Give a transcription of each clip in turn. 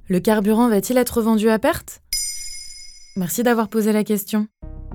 Le carburant va-t-il être vendu à perte ? Merci d'avoir posé la question.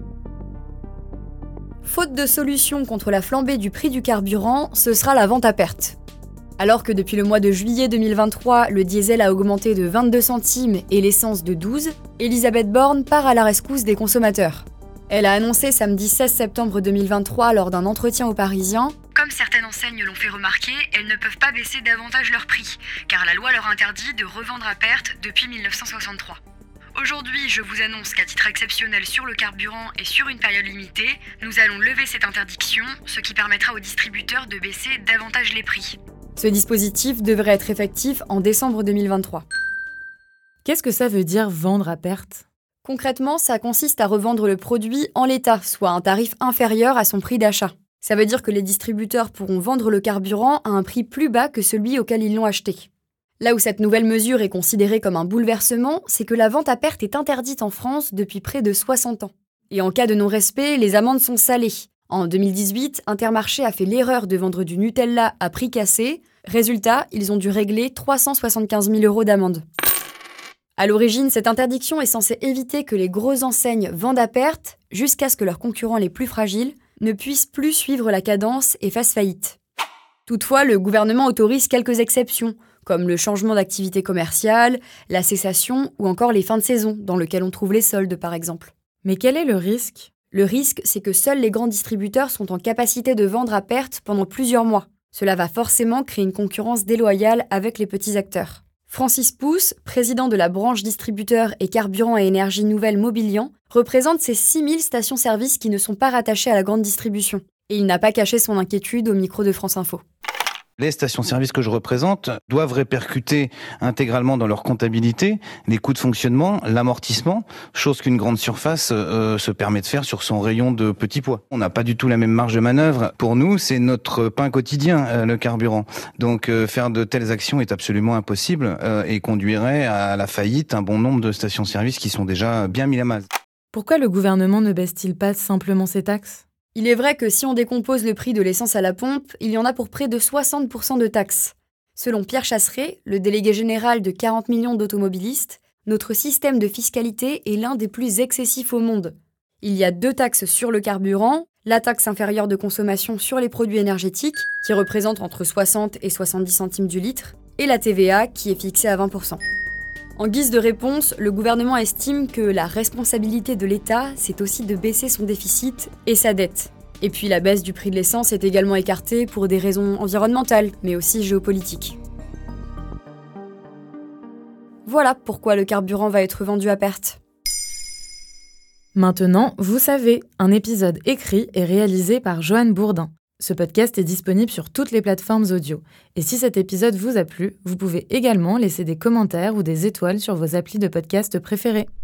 Faute de solution contre la flambée du prix du carburant, ce sera la vente à perte. Alors que depuis le mois de juillet 2023, le diesel a augmenté de 22 centimes et l'essence de 12, Elisabeth Borne part à la rescousse des consommateurs. Elle a annoncé samedi 16 septembre 2023 lors d'un entretien aux Parisiens « Comme certaines enseignes l'ont fait remarquer, elles ne peuvent pas baisser davantage leur prix, car la loi leur interdit de revendre à perte depuis 1963. Aujourd'hui, je vous annonce qu'à titre exceptionnel sur le carburant et sur une période limitée, nous allons lever cette interdiction, ce qui permettra aux distributeurs de baisser davantage les prix. » Ce dispositif devrait être effectif en décembre 2023. Qu'est-ce que ça veut dire vendre à perte ? Concrètement, ça consiste à revendre le produit en l'état, soit à un tarif inférieur à son prix d'achat. Ça veut dire que les distributeurs pourront vendre le carburant à un prix plus bas que celui auquel ils l'ont acheté. Là où cette nouvelle mesure est considérée comme un bouleversement, c'est que la vente à perte est interdite en France depuis près de 60 ans. Et en cas de non-respect, les amendes sont salées. En 2018, Intermarché a fait l'erreur de vendre du Nutella à prix cassé. Résultat, ils ont dû régler 375 000 € d'amende. À l'origine, cette interdiction est censée éviter que les grosses enseignes vendent à perte jusqu'à ce que leurs concurrents les plus fragiles ne puissent plus suivre la cadence et fassent faillite. Toutefois, le gouvernement autorise quelques exceptions, comme le changement d'activité commerciale, la cessation ou encore les fins de saison, dans lesquelles on trouve les soldes par exemple. Mais quel est le risque ? Le risque, c'est que seuls les grands distributeurs sont en capacité de vendre à perte pendant plusieurs mois. Cela va forcément créer une concurrence déloyale avec les petits acteurs. Francis Pousse, président de la branche distributeurs et carburant et énergie nouvelle Mobilian, représente ces 6000 stations-service qui ne sont pas rattachées à la grande distribution. Et il n'a pas caché son inquiétude au micro de France Info. Les stations-service que je représente doivent répercuter intégralement dans leur comptabilité les coûts de fonctionnement, l'amortissement, chose qu'une grande surface se permet de faire sur son rayon de petits pois. On n'a pas du tout la même marge de manœuvre. Pour nous, c'est notre pain quotidien, le carburant. Donc faire de telles actions est absolument impossible et conduirait à la faillite un bon nombre de stations-service qui sont déjà bien mis à mal. Pourquoi le gouvernement ne baisse-t-il pas simplement ses taxes ? Il est vrai que si on décompose le prix de l'essence à la pompe, il y en a pour près de 60% de taxes. Selon Pierre Chasseret, le délégué général de 40 millions d'automobilistes, notre système de fiscalité est l'un des plus excessifs au monde. Il y a 2 taxes sur le carburant, la taxe inférieure de consommation sur les produits énergétiques, qui représente entre 60 et 70 centimes du litre, et la TVA, qui est fixée à 20%. En guise de réponse, le gouvernement estime que la responsabilité de l'État, c'est aussi de baisser son déficit et sa dette. Et puis la baisse du prix de l'essence est également écartée pour des raisons environnementales, mais aussi géopolitiques. Voilà pourquoi le carburant va être vendu à perte. Maintenant, vous savez, un épisode écrit et réalisé par Joanne Bourdin. Ce podcast est disponible sur toutes les plateformes audio. Et si cet épisode vous a plu, vous pouvez également laisser des commentaires ou des étoiles sur vos applis de podcast préférés.